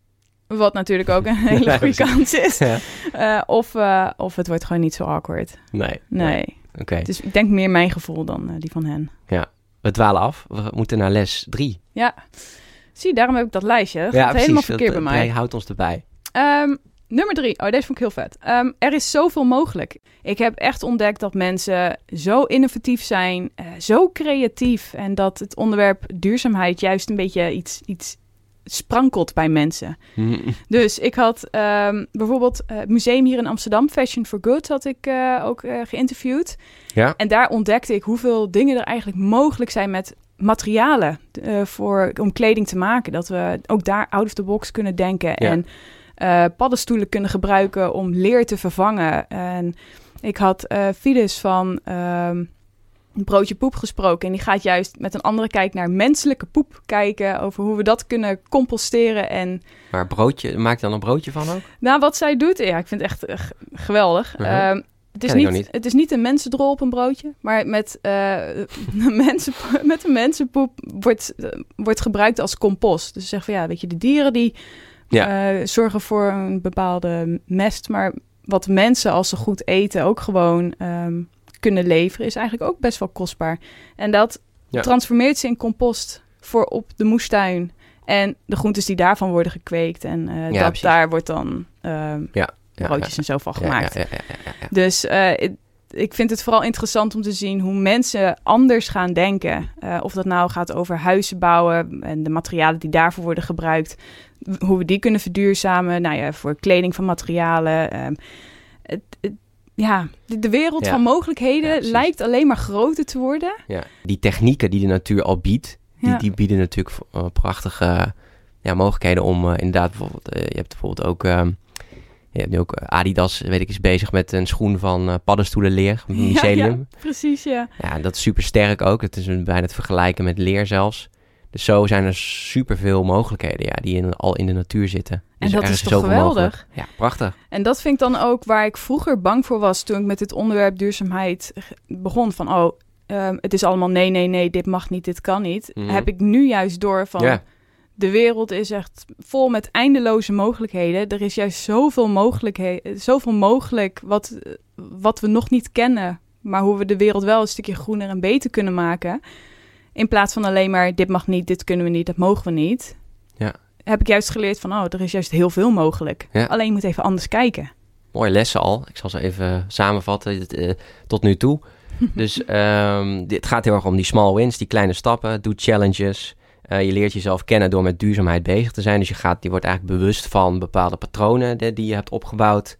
Wat natuurlijk ook een hele goede kans is. Ja. Uh, of, uh, of het wordt gewoon niet zo awkward. Nee. Nee. nee. Oké. Okay. Dus ik denk meer mijn gevoel dan uh, die van hen. Ja. We dwalen af. We moeten naar les drie. Ja. Zie, daarom heb ik dat lijstje. Dat ja, gaat precies, helemaal verkeerd dat, bij mij. Jij houdt ons erbij. Um, nummer drie. Oh, deze vond ik heel vet. Um, er is zoveel mogelijk. Ik heb echt ontdekt dat mensen zo innovatief zijn, uh, zo creatief. En dat het onderwerp duurzaamheid juist een beetje iets, iets sprankelt bij mensen. Mm. Dus ik had um, bijvoorbeeld uh, het museum hier in Amsterdam, Fashion for Good, had ik uh, ook uh, geïnterviewd. Ja. En daar ontdekte ik hoeveel dingen er eigenlijk mogelijk zijn met materialen uh, voor, om kleding te maken. Dat we ook daar out of the box kunnen denken. Ja. En uh, paddenstoelen kunnen gebruiken om leer te vervangen. En ik had uh, Fides van um, een broodje poep gesproken. En die gaat juist met een andere kijk naar menselijke poep kijken. Over hoe we dat kunnen composteren. En maar broodje, maak je dan een broodje van ook? Nou, wat zij doet, ja, ik vind het echt uh, geweldig. Uh-huh. Um, Het is, niet, niet. het is niet een mensendrol op een broodje, maar met, uh, mensen, met een mensenpoep wordt, uh, wordt gebruikt als compost. Dus zeg van ja, weet je, de dieren die ja. uh, zorgen voor een bepaalde mest, maar wat mensen als ze goed eten ook gewoon um, kunnen leveren, is eigenlijk ook best wel kostbaar. En dat ja. transformeert ze in compost voor op de moestuin en de groentes die daarvan worden gekweekt. En uh, ja, dat precies. Daar wordt dan... Um, ja. broodjes ja, ja. en zo van gemaakt. Ja, ja, ja, ja, ja. Dus uh, ik, ik vind het vooral interessant om te zien hoe mensen anders gaan denken. Uh, of dat nou gaat over huizen bouwen en de materialen die daarvoor worden gebruikt. Hoe we die kunnen verduurzamen. Nou ja, voor kleding van materialen. Um, het, het, ja, de, de wereld ja. van mogelijkheden ja, lijkt alleen maar groter te worden. Ja. Die technieken die de natuur al biedt, die, ja. die bieden natuurlijk uh, prachtige ja, mogelijkheden om uh, inderdaad bijvoorbeeld... Uh, je hebt bijvoorbeeld ook... Um, Je hebt nu ook Adidas, weet ik, is bezig met een schoen van uh, paddenstoelenleer, mycelium. Ja, ja, precies, ja. Ja, dat is super sterk ook. Het is een, bijna te vergelijken met leer zelfs. Dus zo zijn er superveel mogelijkheden, ja, die in, al in de natuur zitten. Dus en dat is toch geweldig? Mogelijk. Ja, prachtig. En dat vind ik dan ook waar ik vroeger bang voor was toen ik met het onderwerp duurzaamheid begon. Van, oh, um, het is allemaal nee, nee, nee, dit mag niet, dit kan niet. Mm-hmm. Heb ik nu juist door van... Yeah. De wereld is echt vol met eindeloze mogelijkheden. Er is juist zoveel mogelijkheden, zoveel mogelijk wat, wat we nog niet kennen. Maar hoe we de wereld wel een stukje groener en beter kunnen maken. In plaats van alleen maar dit mag niet, dit kunnen we niet, dat mogen we niet. Ja. Heb ik juist geleerd van, oh, er is juist heel veel mogelijk. Ja. Alleen je moet even anders kijken. Mooie lessen al. Ik zal ze even samenvatten uh, tot nu toe. Dus um, het gaat heel erg om die small wins, die kleine stappen. Doe challenges. Uh, je leert jezelf kennen door met duurzaamheid bezig te zijn. Dus je, gaat, je wordt eigenlijk bewust van bepaalde patronen de, die je hebt opgebouwd.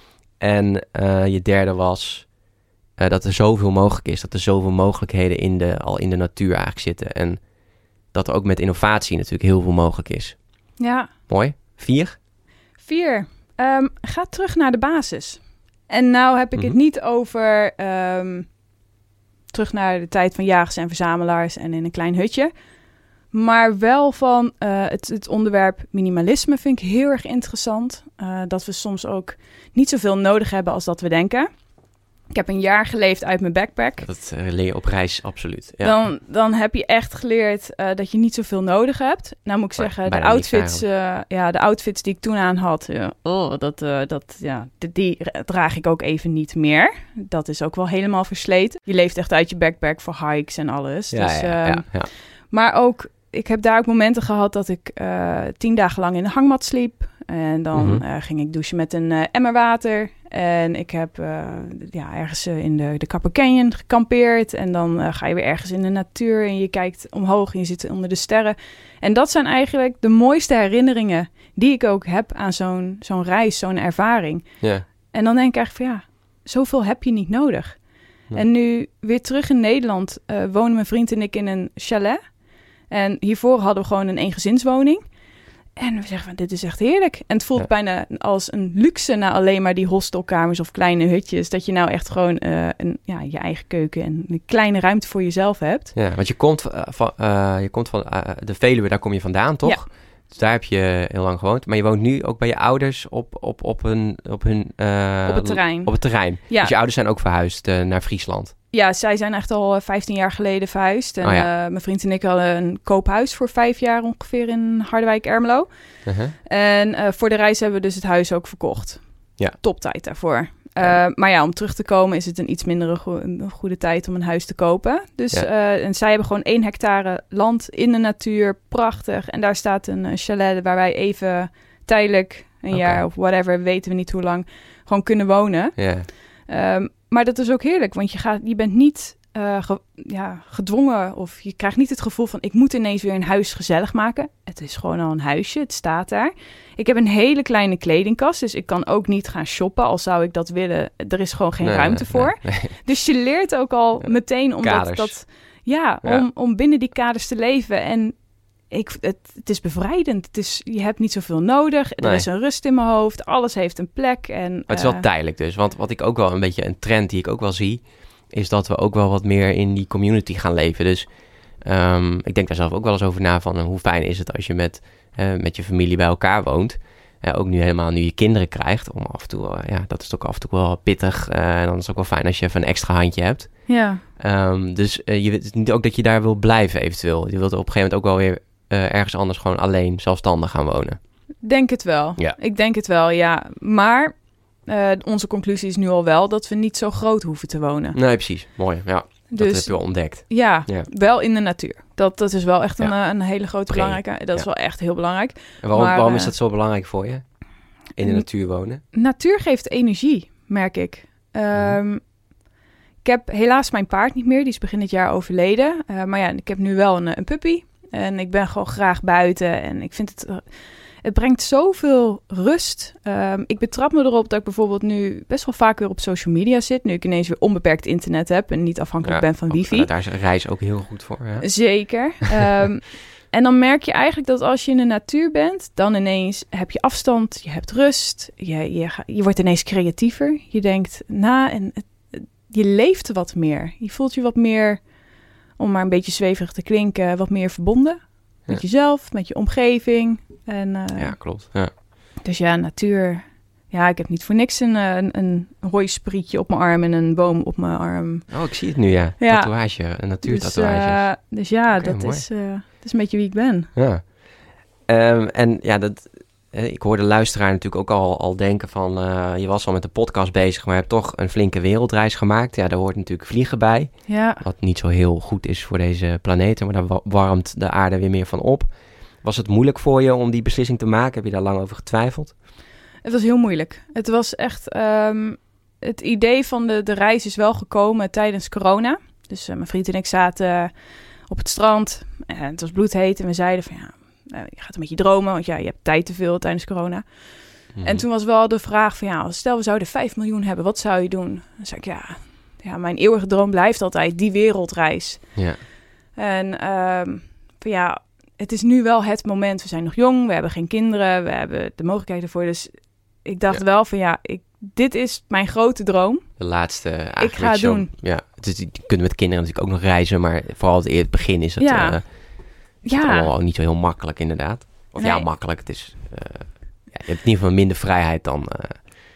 En uh, je derde was uh, dat er zoveel mogelijk is. Dat er zoveel mogelijkheden in de, al in de natuur eigenlijk zitten. En dat er ook met innovatie natuurlijk heel veel mogelijk is. Ja. Mooi. Vier? Vier. Um, ga terug naar de basis. En nou heb ik mm-hmm. het niet over um, terug naar de tijd van jagers en verzamelaars en in een klein hutje. Maar wel van uh, het, het onderwerp minimalisme vind ik heel erg interessant. Uh, dat we soms ook niet zoveel nodig hebben als dat we denken. Ik heb een jaar geleefd uit mijn backpack. Dat uh, leer je op reis, absoluut. Ja. Dan, dan heb je echt geleerd uh, dat je niet zoveel nodig hebt. Nou moet ik maar zeggen, de outfits, uh, ja, de outfits die ik toen aan had, uh, oh, dat, uh, dat, ja, die, die draag ik ook even niet meer. Dat is ook wel helemaal versleten. Je leeft echt uit je backpack voor hikes en alles. Ja, dus, ja, ja, uh, ja, ja. Maar ook, ik heb daar ook momenten gehad dat ik uh, tien dagen lang in de hangmat sliep. En dan mm-hmm. uh, ging ik douchen met een uh, emmer water. En ik heb uh, ja, ergens uh, in de, de Copper Canyon gekampeerd. En dan uh, ga je weer ergens in de natuur en je kijkt omhoog en je zit onder de sterren. En dat zijn eigenlijk de mooiste herinneringen die ik ook heb aan zo'n, zo'n reis, zo'n ervaring. Yeah. En dan denk ik eigenlijk van ja, zoveel heb je niet nodig. Nee. En nu weer terug in Nederland uh, wonen mijn vriend en ik in een chalet. En hiervoor hadden we gewoon een eengezinswoning. En we zeggen van, dit is echt heerlijk. En het voelt ja. bijna als een luxe na alleen maar die hostelkamers of kleine hutjes. Dat je nou echt gewoon uh, een, ja, je eigen keuken en een kleine ruimte voor jezelf hebt. Ja, want je komt uh, van, uh, je komt van uh, de Veluwe, daar kom je vandaan, toch? Ja. Dus daar heb je heel lang gewoond. Maar je woont nu ook bij je ouders op, op, op, hun, op, hun, uh, op het terrein. Op het terrein. Ja. Dus je ouders zijn ook verhuisd uh, naar Friesland. Ja, zij zijn echt al vijftien jaar geleden verhuisd. En oh ja. uh, mijn vriend en ik hadden een koophuis voor vijf jaar ongeveer in Harderwijk-Ermelo. Uh-huh. En uh, voor de reis hebben we dus het huis ook verkocht. Ja. Toptijd daarvoor. Uh, maar ja, om terug te komen is het een iets mindere go- een goede tijd om een huis te kopen. Dus ja. uh, en zij hebben gewoon één hectare land in de natuur. Prachtig. En daar staat een chalet waar wij even tijdelijk, een okay. jaar of whatever, weten we niet hoe lang, gewoon kunnen wonen. Ja. Um, maar dat is ook heerlijk, want je, gaat, je bent niet uh, ge, ja, gedwongen of je krijgt niet het gevoel van ik moet ineens weer een huis gezellig maken. Het is gewoon al een huisje, het staat daar. Ik heb een hele kleine kledingkast, dus ik kan ook niet gaan shoppen, al zou ik dat willen. Er is gewoon geen nee, ruimte nee, voor. Nee, nee. Dus je leert ook al ja, meteen om dat, dat, ja, ja. Om, om binnen die kaders te leven. En ik, het, het is bevrijdend. Het is, je hebt niet zoveel nodig. Er nee. is een rust in mijn hoofd. Alles heeft een plek. En, maar het is uh, wel tijdelijk dus. Want wat ik ook wel een beetje een trend die ik ook wel zie, is dat we ook wel wat meer in die community gaan leven. Dus um, ik denk daar zelf ook wel eens over na van uh, hoe fijn is het als je met, uh, met je familie bij elkaar woont. Uh, ook nu helemaal nu je kinderen krijgt. Om af en toe, uh, ja, dat is ook af en toe wel pittig. Uh, en dan is het ook wel fijn als je even een extra handje hebt. Ja. Um, dus uh, je weet niet ook dat je daar wil blijven eventueel. Je wilt op een gegeven moment ook wel weer Uh, ergens anders gewoon alleen zelfstandig gaan wonen. Denk het wel. Ja. Ik denk het wel, ja. Maar uh, onze conclusie is nu al wel dat we niet zo groot hoeven te wonen. Nee, precies. Mooi, ja. Dus, dat heb je wel ontdekt. Ja, ja, wel in de natuur. Dat, dat is wel echt een, ja. een hele grote Breng. belangrijke. Dat ja. is wel echt heel belangrijk. En waarom, maar, waarom uh, is dat zo belangrijk voor je? In de n- natuur wonen? Natuur geeft energie, merk ik. Um, mm. Ik heb helaas mijn paard niet meer. Die is begin dit jaar overleden. Uh, maar ja, ik heb nu wel een, een puppy. En ik ben gewoon graag buiten. En ik vind het... Het brengt zoveel rust. Um, ik betrap me erop dat ik bijvoorbeeld nu best wel vaak weer op social media zit. Nu ik ineens weer onbeperkt internet heb en niet afhankelijk ja, ben van wifi. Ook, daar is een reis ook heel goed voor. Ja. Zeker. Um, en dan merk je eigenlijk dat als je in de natuur bent, dan ineens heb je afstand, je hebt rust. Je, je, je wordt ineens creatiever. Je denkt na en het, je leeft wat meer. Je voelt je wat meer, om maar een beetje zweverig te klinken, wat meer verbonden. Met ja. jezelf, met je omgeving. En, uh, ja, klopt. Ja. Dus ja, natuur. Ja, ik heb niet voor niks een, een, een hooisprietje op mijn arm en een boom op mijn arm. Oh, ik zie het nu, ja. ja. Tatoeage, een natuurtatoeage. Dus, uh, dus ja, okay, dat, is, uh, dat is een beetje wie ik ben. Ja. Um, en ja, dat... Ik hoorde de luisteraar natuurlijk ook al, al denken van... Uh, je was al met de podcast bezig, maar je hebt toch een flinke wereldreis gemaakt. Ja, daar hoort natuurlijk vliegen bij. Ja. Wat niet zo heel goed is voor deze planeten, maar daar warmt de aarde weer meer van op. Was het moeilijk voor je om die beslissing te maken? Heb je daar lang over getwijfeld? Het was heel moeilijk. Het was echt... Um, het idee van de, de reis is wel gekomen tijdens corona. Dus uh, mijn vriend en ik zaten op het strand. En het was bloedheet en we zeiden van... ja. Uh, je gaat een beetje dromen, want ja, je hebt tijd te veel tijdens corona. Mm. En toen was wel de vraag van ja, stel we zouden vijf miljoen hebben, wat zou je doen? Dan zei ik ja, ja mijn eeuwige droom blijft altijd die wereldreis. Ja. En um, van ja, het is nu wel het moment. We zijn nog jong, we hebben geen kinderen, we hebben de mogelijkheid ervoor. Dus ik dacht ja. wel van ja, ik, dit is mijn grote droom. De laatste eigenlijk. Ik ga het zo, doen. Ja, het is, je kunt met kinderen natuurlijk ook nog reizen, maar vooral het, het begin is het... Ja. Uh, Is ja. het allemaal niet zo heel makkelijk, inderdaad. Of nee. ja, makkelijk. Het is, uh, ja, je hebt in ieder geval minder vrijheid dan, uh,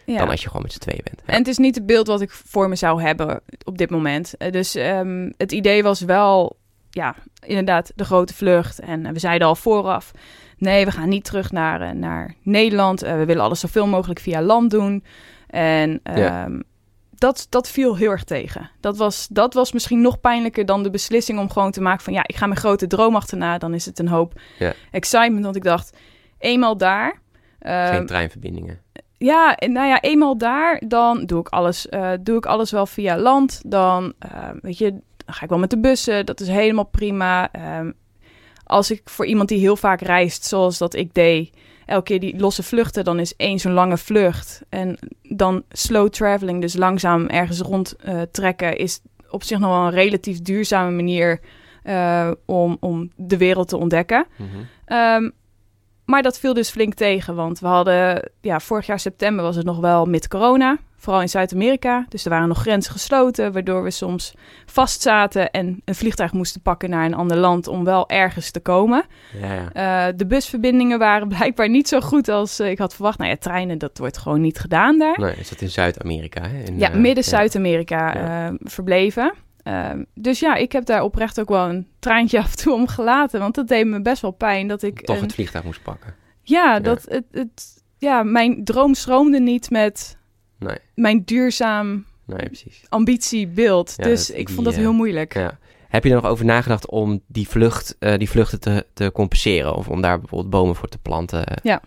ja. dan als je gewoon met z'n tweeën bent. Ja. En het is niet het beeld wat ik voor me zou hebben op dit moment. Dus um, het idee was wel, ja, inderdaad de grote vlucht. En we zeiden al vooraf, nee, we gaan niet terug naar, uh, naar Nederland. Uh, we willen alles zoveel mogelijk via land doen. En um, ja. dat, dat viel heel erg tegen. Dat was, dat was misschien nog pijnlijker dan de beslissing om gewoon te maken van, ja, ik ga mijn grote droom achterna. Dan is het een hoop ja. excitement. Want ik dacht, eenmaal daar. Uh, Geen treinverbindingen. Ja, nou ja, eenmaal daar, dan doe ik alles, uh, doe ik alles wel via land. Dan, uh, weet je, dan ga ik wel met de bussen. Dat is helemaal prima. Um, als ik voor iemand die heel vaak reist, zoals dat ik deed, elke keer die losse vluchten, dan is één zo'n lange vlucht. En dan slow traveling, dus langzaam ergens rond uh, trekken, is op zich nog wel een relatief duurzame manier uh, om, om de wereld te ontdekken. Mm-hmm. Um, Maar dat viel dus flink tegen, want we hadden, ja, vorig jaar september was het nog wel met corona, vooral in Zuid-Amerika. Dus er waren nog grenzen gesloten, waardoor we soms vastzaten en een vliegtuig moesten pakken naar een ander land om wel ergens te komen. Ja, ja. Uh, de busverbindingen waren blijkbaar niet zo goed als uh, ik had verwacht. Nou ja, treinen, dat wordt gewoon niet gedaan daar. Nee, is dat in Zuid-Amerika? Hè? In, ja, midden uh, Zuid-Amerika ja. uh, verbleven. Uh, dus ja, ik heb daar oprecht ook wel een traantje af en toe om gelaten. Want dat deed me best wel pijn dat ik... Toch een... het vliegtuig moest pakken. Ja, ja. Dat het, het, ja, mijn droom stroomde niet met nee. mijn duurzaam nee, precies. ambitiebeeld. Ja, dus ik die, vond dat heel moeilijk. Ja. Heb je er nog over nagedacht om die, vlucht, uh, die vluchten te, te compenseren? Of om daar bijvoorbeeld bomen voor te planten? Ja,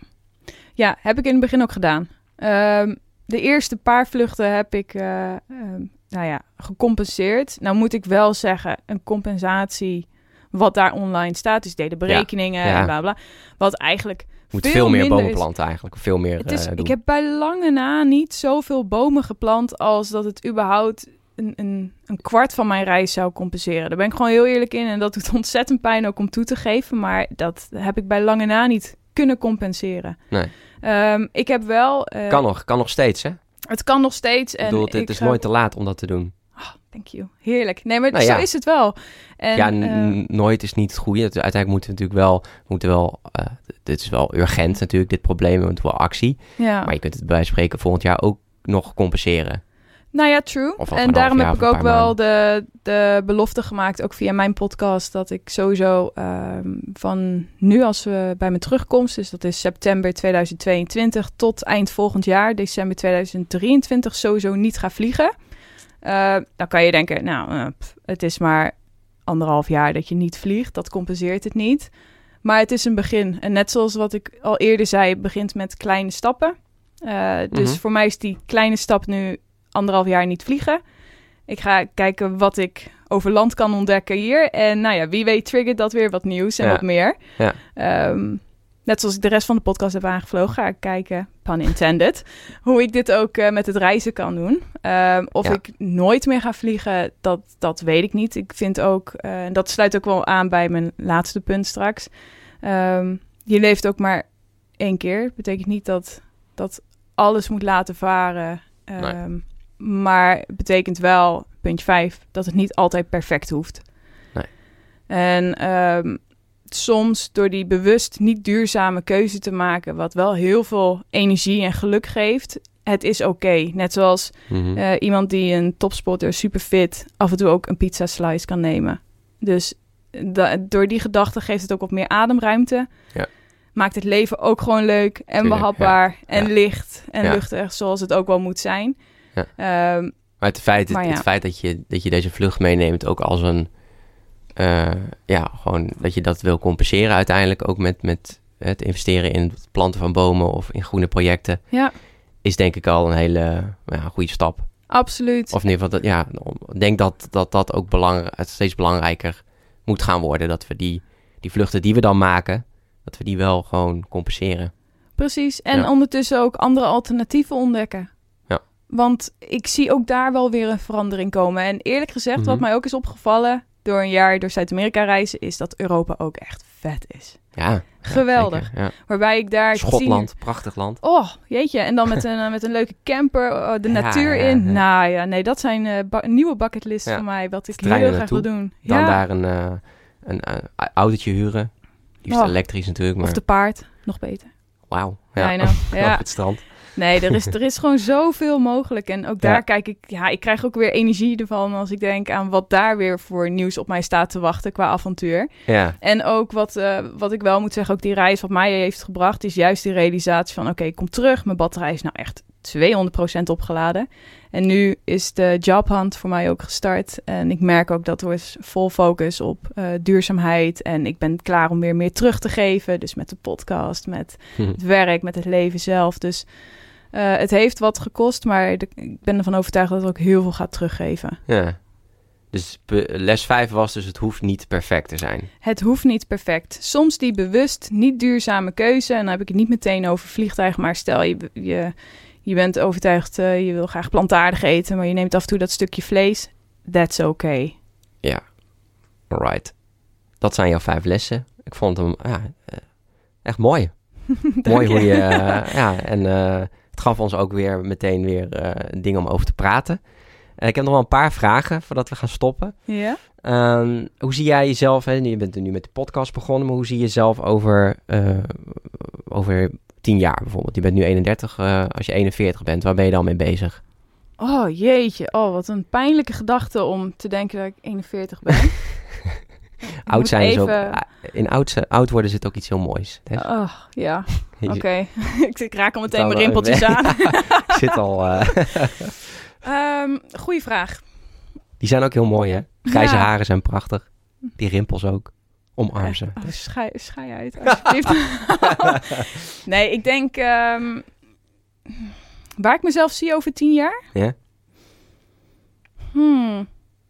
ja heb ik in het begin ook gedaan. Uh, de eerste paar vluchten heb ik... Uh, uh, nou ja, gecompenseerd. Nou moet ik wel zeggen, een compensatie wat daar online staat. Dus deden berekeningen ja, ja. en bla bla. Wat eigenlijk moet veel, veel meer minder bomen is. planten eigenlijk. Veel meer het is, uh, Ik heb bij lange na niet zoveel bomen geplant als dat het überhaupt een, een, een kwart van mijn reis zou compenseren. Daar ben ik gewoon heel eerlijk in. En dat doet ontzettend pijn ook om toe te geven. Maar dat heb ik bij lange na niet kunnen compenseren. Nee. Um, ik heb wel... Uh, kan nog, kan nog steeds, hè? Het kan nog steeds. En ik bedoel, het, het is ga... nooit te laat om dat te doen. Oh, thank you. Heerlijk. Nee, maar nou, zo ja. is het wel. En, ja, n- uh, nooit is niet het goede. Uiteindelijk moeten we natuurlijk wel... Moeten wel uh, dit is wel urgent natuurlijk, dit probleem. We moeten wel actie. Ja. Maar je kunt het bij spreken volgend jaar ook nog compenseren. Nou ja, true. En daarom heb ik ook wel de, de belofte gemaakt, ook via mijn podcast, dat ik sowieso um, van nu als we bij mijn terugkomst, dus dat is september tweeduizend tweeëntwintig tot eind volgend jaar, december tweeduizend drieëntwintig, sowieso niet ga vliegen. Uh, dan kan je denken, nou, uh, pff, het is maar anderhalf jaar dat je niet vliegt. Dat compenseert het niet. Maar het is een begin. En net zoals wat ik al eerder zei, het begint met kleine stappen. Uh, dus mm-hmm. voor mij is die kleine stap nu anderhalf jaar niet vliegen. Ik ga kijken wat ik over land kan ontdekken hier. En nou ja, wie weet triggert dat weer wat nieuws en ja. wat meer. Ja. Um, net zoals ik de rest van de podcast heb aangevlogen, ga ik kijken, pun intended, hoe ik dit ook uh, met het reizen kan doen. Um, of ja. ik nooit meer ga vliegen, dat, dat weet ik niet. Ik vind ook, uh, en dat sluit ook wel aan bij mijn laatste punt straks. Um, je leeft ook maar één keer. Dat betekent niet dat, dat alles moet laten varen. Um, nee. Maar het betekent wel, puntje vijf, dat het niet altijd perfect hoeft. Nee. En um, soms door die bewust niet duurzame keuze te maken, wat wel heel veel energie en geluk geeft, het is oké. Okay. Net zoals mm-hmm. uh, iemand die een topsporter, super fit, af en toe ook een pizza slice kan nemen. Dus da- door die gedachte geeft het ook wat meer ademruimte. Ja. Maakt het leven ook gewoon leuk en Tuurlijk, behapbaar ja. en ja. licht en ja. luchtig, zoals het ook wel moet zijn. Ja. Um, maar het feit, het, maar ja. het feit dat, je, dat je deze vlucht meeneemt ook als een... Uh, ja, gewoon dat je dat wil compenseren uiteindelijk ook met, met het investeren in het planten van bomen of in groene projecten. Ja. Is denk ik al een hele ja, goede stap. Absoluut. Of in ieder geval, dat, ja, ik denk dat dat, dat ook belang, steeds belangrijker moet gaan worden. Dat we die, die vluchten die we dan maken, dat we die wel gewoon compenseren. Precies. En ja. ondertussen ook andere alternatieven ontdekken. Ja. Want ik zie ook daar wel weer een verandering komen. En eerlijk gezegd, mm-hmm. wat mij ook is opgevallen door een jaar door Zuid-Amerika reizen, is dat Europa ook echt vet is. Ja. Geweldig. Ja, ja. Waarbij ik daar... Schotland, zie... prachtig land. Oh, jeetje. En dan met een, met een leuke camper, uh, de natuur ja, ja, in. Ja. Nou ja, nee, dat zijn uh, ba- nieuwe bucketlist ja. voor mij, wat ik heel graag wil doen. Dan ja. daar een, uh, een uh, autootje huren. Die is oh. elektrisch natuurlijk. Maar... Of de paard, nog beter. Wauw. Ja, ja. ja. Op het strand. Nee, er is, er is gewoon zoveel mogelijk. En ook daar ja. kijk ik... Ja, ik krijg ook weer energie ervan als ik denk aan wat daar weer voor nieuws op mij staat te wachten qua avontuur. Ja. En ook wat, uh, wat ik wel moet zeggen, ook die reis wat mij heeft gebracht, is juist die realisatie van, oké, okay, ik kom terug. Mijn batterij is nou echt tweehonderd procent opgeladen. En nu is de jobhunt voor mij ook gestart. En ik merk ook dat er is vol focus op uh, duurzaamheid. En ik ben klaar om weer meer terug te geven. Dus met de podcast, met hm. het werk, met het leven zelf. Dus uh, het heeft wat gekost, maar de, ik ben ervan overtuigd dat het ook heel veel gaat teruggeven. Ja. Dus les vijf was dus het hoeft niet perfect te zijn. Het hoeft niet perfect. Soms die bewust niet duurzame keuze. En dan heb ik het niet meteen over vliegtuigen. Maar stel je... je Je bent overtuigd, uh, je wil graag plantaardig eten, maar je neemt af en toe dat stukje vlees. That's okay. Ja, alright. Dat zijn jouw vijf lessen. Ik vond hem ja, echt mooi. Mooi hoe je... Uh, ja, en uh, het gaf ons ook weer meteen weer uh, dingen om over te praten. Uh, ik heb nog wel een paar vragen voordat we gaan stoppen. Ja. Um, hoe zie jij jezelf... Hè, je bent er nu met de podcast begonnen, maar hoe zie je jezelf over... Uh, over tien jaar bijvoorbeeld. Je bent nu eenendertig. Uh, als je eenenveertig bent, waar ben je dan mee bezig? Oh, jeetje. Oh, wat een pijnlijke gedachte om te denken dat ik eenenveertig ben. Oud zijn even... is ook... In oud, oud worden zit ook iets heel moois. Oh, ja. Oké. Okay. ik, ik raak al meteen mijn rimpeltjes aan. Ik zit al... Uh... um, goeie vraag. Die zijn ook heel mooi, hè? Grijze ja. haren zijn prachtig. Die rimpels ook. Omarm ze. Oh, schei, schei uit, alsjeblieft. Nee, ik denk... Um, waar ik mezelf zie over tien jaar? Ja? Hmm.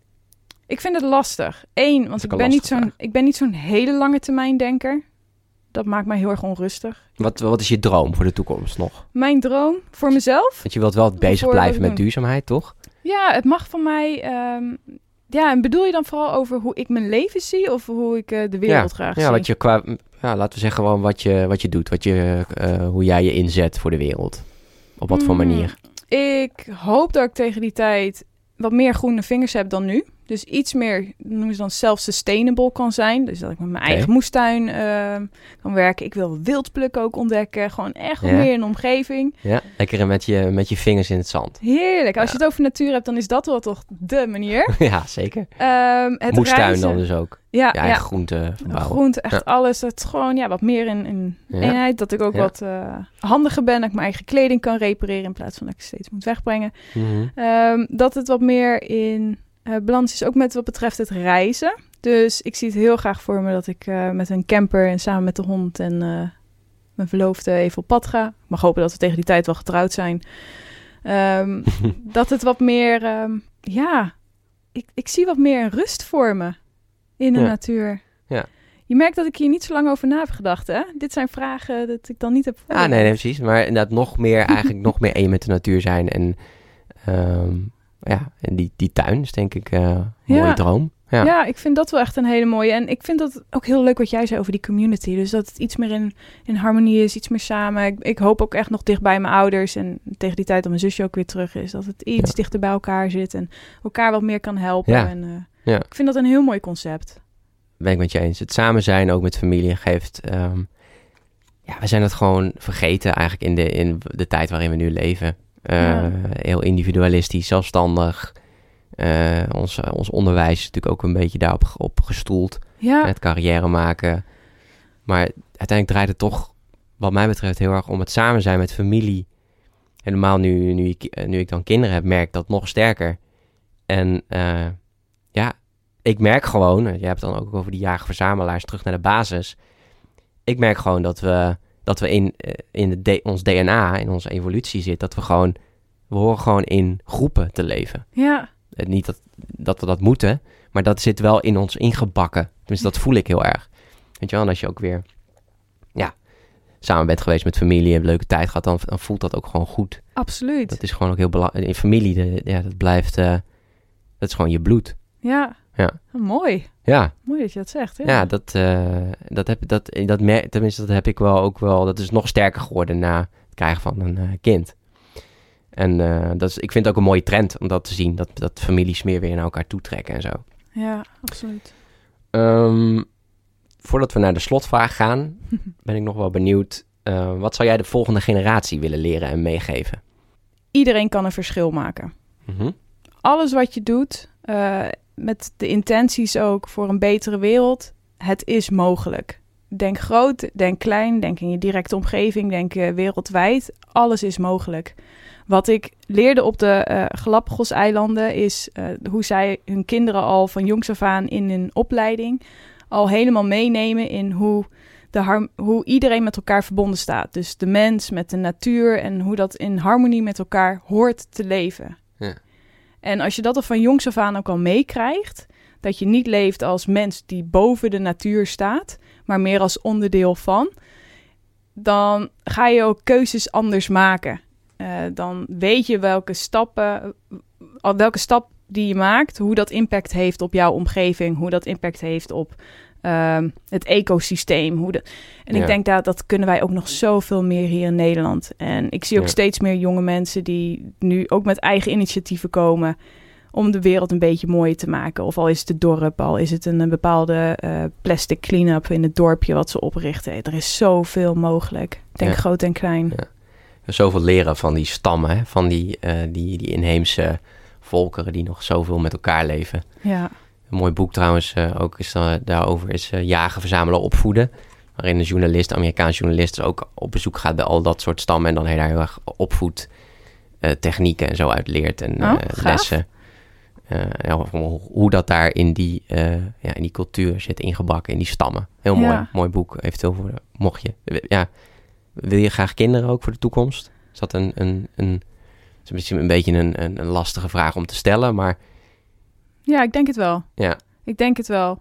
Ik vind het lastig. Eén, want ik ben, niet zo'n, ik ben niet zo'n hele lange termijn denker. Dat maakt mij heel erg onrustig. Wat, wat is je droom voor de toekomst nog? Mijn droom voor mezelf? Want je wilt wel bezig blijven met duurzaamheid, toch? Ja, het mag van mij... Um, Ja, en bedoel je dan vooral over hoe ik mijn leven zie of hoe ik uh, de wereld ja, graag ja, zie? Wat je qua, ja, laten we zeggen gewoon wat je, wat je doet, wat je, uh, hoe jij je inzet voor de wereld. Op wat mm, voor manier? Ik hoop dat ik tegen die tijd wat meer groene vingers heb dan nu. Dus iets meer, noemen ze dan self-sustainable kan zijn. Dus dat ik met mijn okay. eigen moestuin uh, kan werken. Ik wil wildplukken ook ontdekken. Gewoon echt wat ja. meer in de omgeving. Ja, lekker met je, met je vingers in het zand. Heerlijk. Als ja. je het over natuur hebt, dan is dat wel toch de manier. Ja, zeker. Um, het moestuin reizen. dan dus ook. Ja, je eigen ja. groente verbouwen. Groente, echt ja. alles. Het gewoon ja, wat meer in, in ja. eenheid. Dat ik ook ja. wat uh, handiger ben. Dat ik mijn eigen kleding kan repareren in plaats van dat ik steeds moet wegbrengen. Mm-hmm. Um, dat het wat meer in... Uh, balans is ook met wat betreft het reizen. Dus ik zie het heel graag voor me dat ik uh, met een camper en samen met de hond en uh, mijn verloofde even op pad ga. Ik mag hopen dat we tegen die tijd wel getrouwd zijn. Um, dat het wat meer, um, ja, ik, ik zie wat meer rust voor me in de ja. natuur. Ja. Je merkt dat ik hier niet zo lang over na heb gedacht, hè? Dit zijn vragen dat ik dan niet heb voorbereid. Ah, nee, nee, precies. Maar inderdaad nog meer, eigenlijk nog meer één met de natuur zijn en... Um, Ja, en die, die tuin is denk ik uh, een ja. mooie droom. Ja. ja, ik vind dat wel echt een hele mooie. En ik vind dat ook heel leuk wat jij zei over die community. Dus dat het iets meer in, in harmonie is, iets meer samen. Ik, ik hoop ook echt nog dicht bij mijn ouders. En tegen die tijd dat mijn zusje ook weer terug is. Dat het iets ja. dichter bij elkaar zit en elkaar wat meer kan helpen. Ja. En, uh, ja. Ik vind dat een heel mooi concept. Ben ik met je eens. Het samen zijn, ook met familie, geeft... Um, ja, we zijn het gewoon vergeten eigenlijk in de, in de tijd waarin we nu leven. Uh, ja. Heel individualistisch, zelfstandig. Uh, ons, uh, ons onderwijs is natuurlijk ook een beetje daarop op gestoeld. Ja. Met carrière maken. Maar uiteindelijk draait het toch, wat mij betreft, heel erg om het samen zijn met familie. Helemaal nu, nu, ik, nu ik dan kinderen heb, merk ik dat nog sterker. En uh, ja, ik merk gewoon, je hebt dan ook over die jager-verzamelaars terug naar de basis. Ik merk gewoon dat we... dat we in, in de D, ons D N A, in onze evolutie zit, dat we gewoon, we horen gewoon in groepen te leven. Ja. Niet dat, dat we dat moeten, maar dat zit wel in ons ingebakken. Tenminste, dat voel ik heel erg. Weet je wel, en als je ook weer, ja, samen bent geweest met familie en een leuke tijd gehad, dan, dan voelt dat ook gewoon goed. Absoluut. Dat is gewoon ook heel belangrijk. In familie, de, ja, dat blijft, uh, dat is gewoon je bloed. Ja. Ja. Mooi. Ja. Mooi dat je dat zegt. Ja, ja dat, uh, dat heb dat, dat mer- tenminste, dat heb ik wel ook wel. Dat is nog sterker geworden na het krijgen van een uh, kind. En uh, dat is, ik vind het ook een mooie trend om dat te zien. Dat, dat families meer weer naar elkaar toetrekken en zo. Ja, absoluut. Um, voordat we naar de slotvraag gaan, ben ik nog wel benieuwd. Uh, wat zou jij de volgende generatie willen leren en meegeven? Iedereen kan een verschil maken. Mm-hmm. Alles wat je doet, uh, met de intenties ook voor een betere wereld, het is mogelijk. Denk groot, denk klein, denk in je directe omgeving, denk uh, wereldwijd. Alles is mogelijk. Wat ik leerde op de uh, Galapagos-eilanden is uh, hoe zij hun kinderen al van jongs af aan in hun opleiding al helemaal meenemen in hoe, de har- hoe iedereen met elkaar verbonden staat. Dus de mens met de natuur en hoe dat in harmonie met elkaar hoort te leven. Ja. En als je dat al van jongs af aan ook al meekrijgt, dat je niet leeft als mens die boven de natuur staat, maar meer als onderdeel van, dan ga je ook keuzes anders maken. Uh, dan weet je welke stappen, welke stap die je maakt, hoe dat impact heeft op jouw omgeving, hoe dat impact heeft op uh, het ecosysteem. Hoe de... En ja. ik denk dat dat kunnen wij ook nog zoveel meer hier in Nederland. En ik zie ook ja. steeds meer jonge mensen die nu ook met eigen initiatieven komen om de wereld een beetje mooier te maken. Of al is het het dorp, al is het een, een bepaalde uh, plastic clean-up in het dorpje wat ze oprichten. Er is zoveel mogelijk. Denk ja. groot en klein. Ja. Zoveel leren van die stammen, hè? Van die, uh, die, die inheemse volkeren die nog zoveel met elkaar leven. Ja. Een mooi boek trouwens, uh, ook is uh, daarover, is uh, Jagen, Verzamelen, Opvoeden. Waarin een journalist, een Amerikaanse journalist, dus ook op bezoek gaat bij al dat soort stammen en dan heel, heel erg opvoed uh, technieken en zo uitleert en uh, oh, lessen. Uh, ja, hoe dat daar in die, uh, ja, in die cultuur zit ingebakken, in die stammen. Heel mooi, ja. mooi boek. Eventueel voor, mocht je, ja, wil je graag kinderen ook voor de toekomst? Is dat een, een, een, is misschien een beetje een, een, een lastige vraag om te stellen, maar... Ja, ik denk het wel. Ja. Ik denk het wel.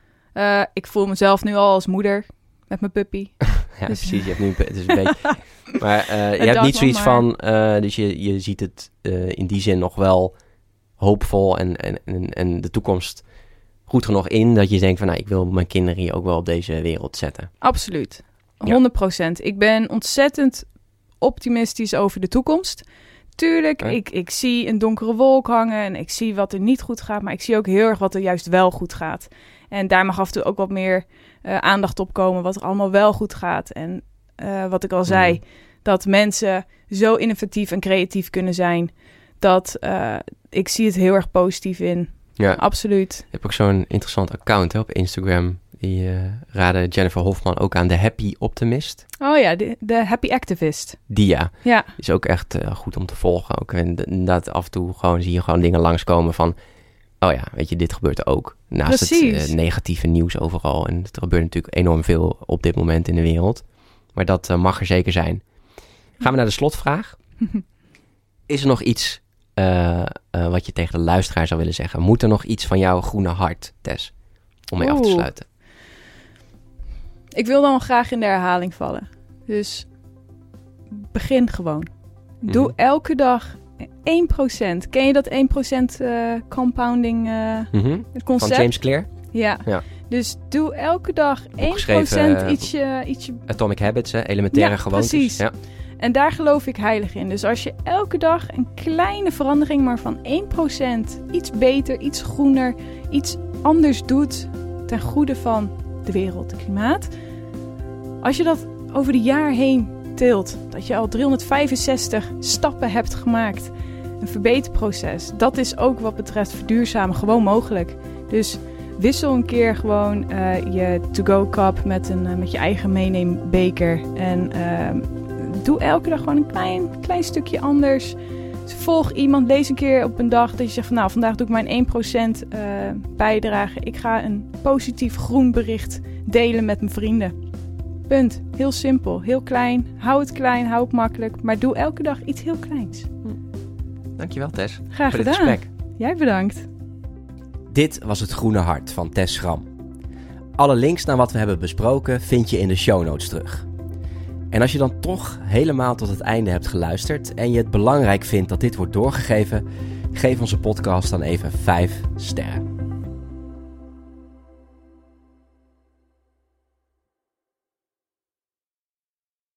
Uh, ik voel mezelf nu al als moeder met mijn puppy. ja, dus... precies. Je hebt nu een, het is een beetje... Maar uh, je hebt niet zoiets maar... van... Uh, dus je, je ziet het uh, in die zin nog wel hoopvol en, en, en, en de toekomst goed genoeg in, dat je denkt van, nou, ik wil mijn kinderen hier ook wel op deze wereld zetten. Absoluut. honderd procent. Ja. Ik ben ontzettend optimistisch over de toekomst. Tuurlijk, ja. ik, ik zie een donkere wolk hangen en ik zie wat er niet goed gaat, maar ik zie ook heel erg wat er juist wel goed gaat. En daar mag af en toe ook wat meer uh, aandacht op komen, wat er allemaal wel goed gaat. En uh, wat ik al zei, mm. dat mensen zo innovatief en creatief kunnen zijn, dat uh, ik zie het heel erg positief in. Ja. Absoluut. Je hebt ook zo'n interessant account hè, op Instagram. Die uh, raadde Jennifer Hofman ook aan, de Happy Optimist. Oh ja, de, de Happy Activist. Die ja. ja. Is ook echt uh, goed om te volgen. Ook. En dat af en toe gewoon zie je gewoon dingen langskomen van, oh ja, weet je, dit gebeurt ook. Naast Precies. het uh, negatieve nieuws overal. En er gebeurt natuurlijk enorm veel op dit moment in de wereld. Maar dat uh, mag er zeker zijn. Gaan we naar de slotvraag. Is er nog iets uh, uh, wat je tegen de luisteraar zou willen zeggen? Moet er nog iets van jouw groene hart, Tess, om mee Oeh. af te sluiten? Ik wil dan graag in de herhaling vallen. Dus begin gewoon. Doe mm-hmm. elke dag één procent. Ken je dat één procent uh, compounding uh, mm-hmm. het concept? Van James Clear? Ja. ja. Dus doe elke dag één procent uh, ietsje, ietsje... Atomic Habits, hè? Elementaire ja, gewoontes. Precies. Ja, precies. En daar geloof ik heilig in. Dus als je elke dag een kleine verandering, maar van één procent, iets beter, iets groener, iets anders doet ten goede van de wereld, het klimaat. Als je dat over de jaar heen tilt, dat je al driehonderdvijfenzestig stappen hebt gemaakt, een verbeterproces, dat is ook wat betreft verduurzamen gewoon mogelijk. Dus wissel een keer gewoon uh, je to-go cup met, een, uh, met je eigen meeneembeker en uh, doe elke dag gewoon een klein, klein stukje anders. Dus volg iemand, lees een keer op een dag dat je zegt van nou, vandaag doe ik mijn één procent uh, bijdrage. Ik ga een positief groen bericht delen met mijn vrienden. Punt. Heel simpel, heel klein. Hou het klein, hou het makkelijk, maar doe elke dag iets heel kleins. Hm. Dankjewel Tess. Graag voor gedaan. Dit gesprek. Jij bedankt. Dit was Het Groene Hart van Tess Schram. Alle links naar wat we hebben besproken vind je in de show notes terug. En als je dan toch helemaal tot het einde hebt geluisterd en je het belangrijk vindt dat dit wordt doorgegeven, geef onze podcast dan even vijf sterren.